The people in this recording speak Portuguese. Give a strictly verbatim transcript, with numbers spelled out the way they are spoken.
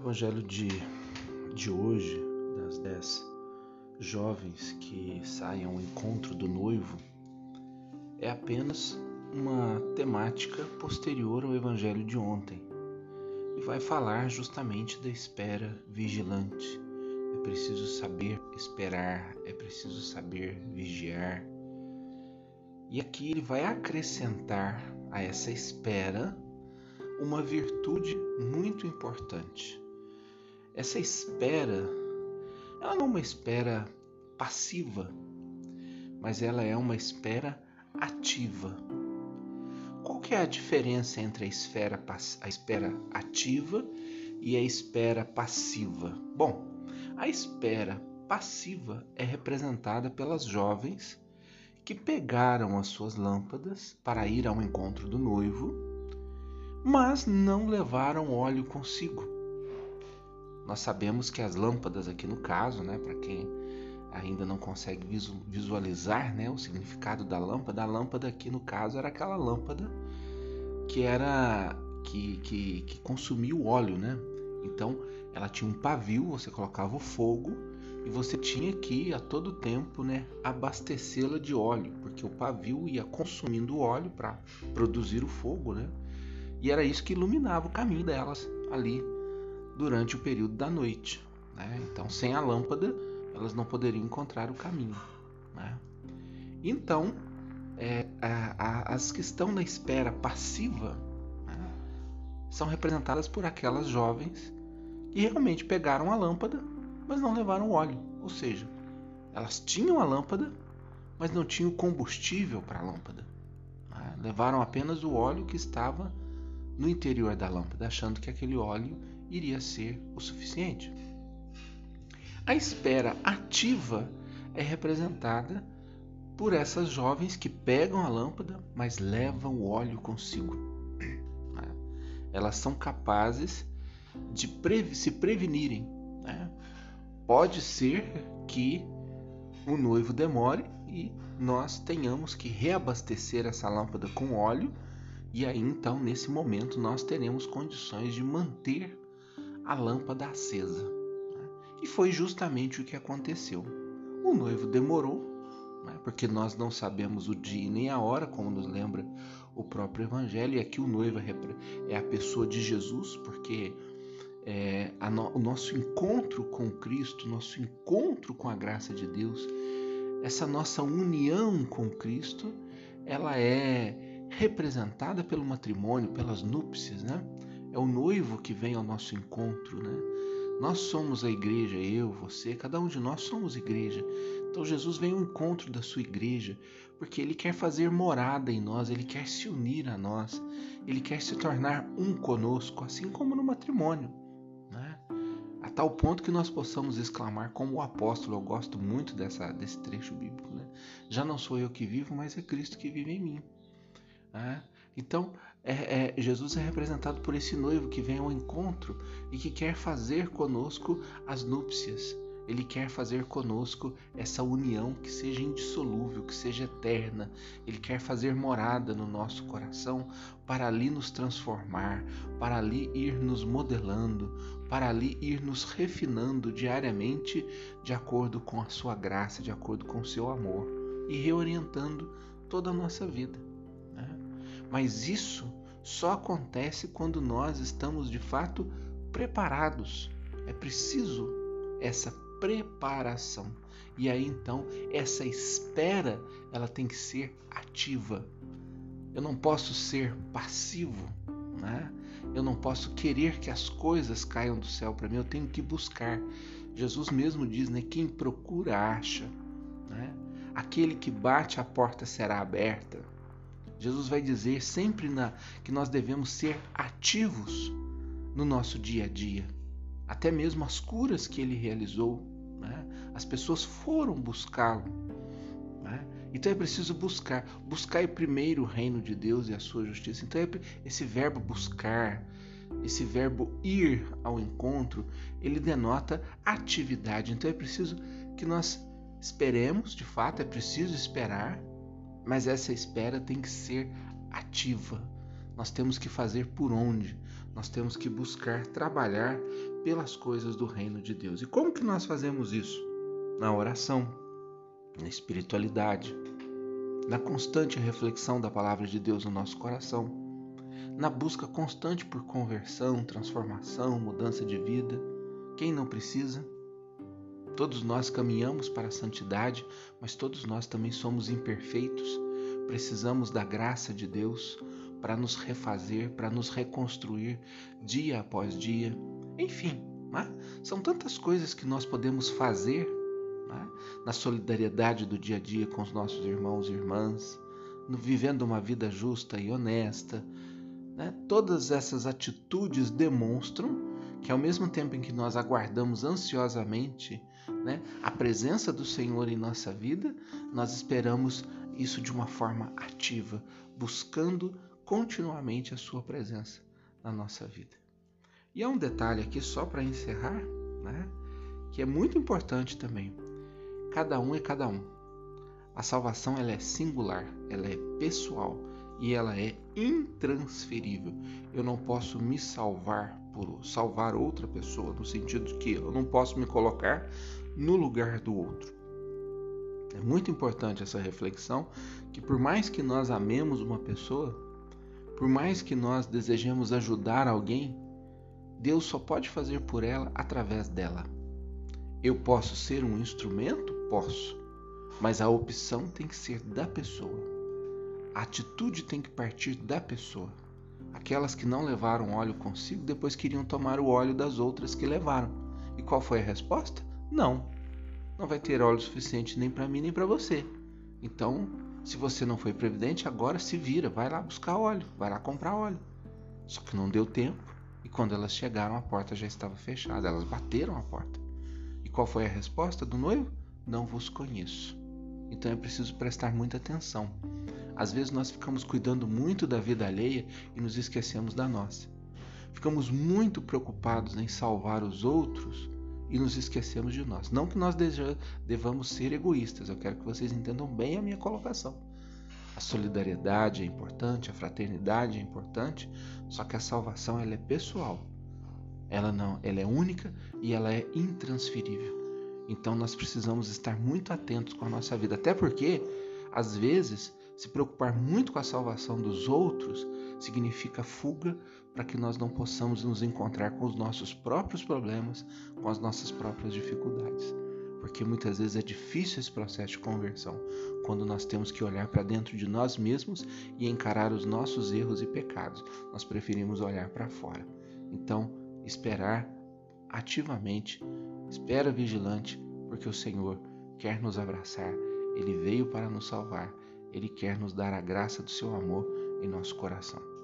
evangelho de, de hoje, das dez jovens que saem ao encontro do noivo, é apenas uma temática posterior ao evangelho de ontem e vai falar justamente da espera vigilante. É preciso saber esperar, é preciso saber vigiar. E aqui ele vai acrescentar a essa espera uma virtude muito importante. Essa espera, ela não é uma espera passiva, mas ela é uma espera ativa. Qual que é a diferença entre a, esfera, a espera ativa e a espera passiva? Bom, a espera passiva é representada pelas jovens que pegaram as suas lâmpadas para ir ao encontro do noivo, mas não levaram óleo consigo. Nós sabemos que as lâmpadas aqui no caso, né, para quem ainda não consegue visualizar, né, o significado da lâmpada, a lâmpada aqui no caso era aquela lâmpada que era que, que, que consumia o óleo, né? Então ela tinha um pavio, você colocava o fogo e você tinha que a todo tempo, né, abastecê-la de óleo, porque o pavio ia consumindo o óleo para produzir o fogo, né? E era isso que iluminava o caminho delas ali durante o período da noite, né? Então, sem a lâmpada, elas não poderiam encontrar o caminho, né? Então, é, a, a, as que estão na espera passiva, né, são representadas por aquelas jovens que realmente pegaram a lâmpada, mas não levaram óleo. Ou seja, elas tinham a lâmpada, mas não tinham combustível para a lâmpada, né? Levaram apenas o óleo que estava no interior da lâmpada, achando que aquele óleo iria ser o suficiente. A espera ativa é representada por essas jovens que pegam a lâmpada, mas levam o óleo consigo. Elas são capazes de previ- se prevenirem, né? Pode ser que o noivo demore e nós tenhamos que reabastecer essa lâmpada com óleo. E aí, então, nesse momento, nós teremos condições de manter a lâmpada acesa, né? E foi justamente o que aconteceu. O noivo demorou, né? Porque nós não sabemos o dia nem a hora, como nos lembra o próprio Evangelho. E aqui o noivo é a pessoa de Jesus, porque é, a no, o nosso encontro com Cristo, nosso encontro com a graça de Deus, essa nossa união com Cristo, ela é representada pelo matrimônio, pelas núpcias, né? É o noivo que vem ao nosso encontro, né? Nós somos a igreja, eu, você, cada um de nós somos igreja. Então Jesus vem ao encontro da sua igreja, porque Ele quer fazer morada em nós, Ele quer se unir a nós, Ele quer se tornar um conosco, assim como no matrimônio, né? A tal ponto que nós possamos exclamar como o apóstolo, eu gosto muito dessa, desse trecho bíblico, né? Já não sou eu que vivo, mas é Cristo que vive em mim. Ah, então, é, é, Jesus é representado por esse noivo que vem ao encontro e que quer fazer conosco as núpcias. Ele quer fazer conosco essa união que seja indissolúvel, que seja eterna. Ele quer fazer morada no nosso coração para ali nos transformar, para ali ir nos modelando, para ali ir nos refinando diariamente de acordo com a sua graça, de acordo com o seu amor e reorientando toda a nossa vida. Mas isso só acontece quando nós estamos de fato preparados. É preciso essa preparação. E aí então essa espera, ela tem que ser ativa. Eu não posso ser passivo, né? Eu não posso querer que as coisas caiam do céu para mim. Eu tenho que buscar. Jesus mesmo diz, né? Quem procura acha, né? Aquele que bate, a porta será aberta. Jesus vai dizer sempre na, que nós devemos ser ativos no nosso dia a dia. Até mesmo as curas que ele realizou, né? As pessoas foram buscá-lo, né? Então é preciso buscar. Buscar primeiro o reino de Deus e a sua justiça. Então é esse verbo buscar, esse verbo ir ao encontro, ele denota atividade. Então é preciso que nós esperemos, de fato, é preciso esperar. Mas essa espera tem que ser ativa. nós temos que fazer por onde, nós temos que buscar trabalhar pelas coisas do reino de Deus. E como que nós fazemos isso? Na oração, na espiritualidade, na constante reflexão da palavra de Deus no nosso coração, na busca constante por conversão, transformação, mudança de vida. Quem não precisa? Todos nós caminhamos para a santidade, mas todos nós também somos imperfeitos. Precisamos da graça de Deus para nos refazer, para nos reconstruir dia após dia. Enfim, né? São tantas coisas que nós podemos fazer, né? Na solidariedade do dia a dia com os nossos irmãos e irmãs, no vivendo uma vida justa e honesta. Né? Todas essas atitudes demonstram que ao mesmo tempo em que nós aguardamos ansiosamente, né, a presença do Senhor em nossa vida, nós esperamos isso de uma forma ativa, buscando continuamente a sua presença na nossa vida. E há um detalhe aqui só para encerrar, né, que é muito importante também. Cada um é cada um. A salvação ela é singular, ela é pessoal e ela é intransferível. Eu não posso me salvar por salvar outra pessoa, no sentido de que eu não posso me colocar no lugar do outro. É muito importante essa reflexão, que por mais que nós amemos uma pessoa, por mais que nós desejemos ajudar alguém, Deus só pode fazer por ela através dela. Eu posso ser um instrumento? Posso. Mas a opção tem que ser da pessoa. A atitude tem que partir da pessoa. Aquelas que não levaram óleo consigo, depois queriam tomar o óleo das outras que levaram. E qual foi a resposta? Não. Não vai ter óleo suficiente nem para mim nem para você. Então, se você não foi previdente, agora se vira, vai lá buscar óleo, vai lá comprar óleo. Só que não deu tempo e quando elas chegaram a porta já estava fechada, elas bateram a porta. E qual foi a resposta do noivo? Não vos conheço. Então é preciso prestar muita atenção. Às vezes nós ficamos cuidando muito da vida alheia e nos esquecemos da nossa. Ficamos muito preocupados em salvar os outros e nos esquecemos de nós. Não que nós devamos ser egoístas, eu quero que vocês entendam bem a minha colocação. A solidariedade é importante, a fraternidade é importante, só que a salvação ela é pessoal. Ela não, ela é única e ela é intransferível. Então nós precisamos estar muito atentos com a nossa vida, até porque, às vezes, se preocupar muito com a salvação dos outros significa fuga para que nós não possamos nos encontrar com os nossos próprios problemas, com as nossas próprias dificuldades. Porque muitas vezes é difícil esse processo de conversão, quando nós temos que olhar para dentro de nós mesmos e encarar os nossos erros e pecados. Nós preferimos olhar para fora. Então, esperar ativamente, espera vigilante, porque o Senhor quer nos abraçar, Ele veio para nos salvar, Ele quer nos dar a graça do seu amor em nosso coração.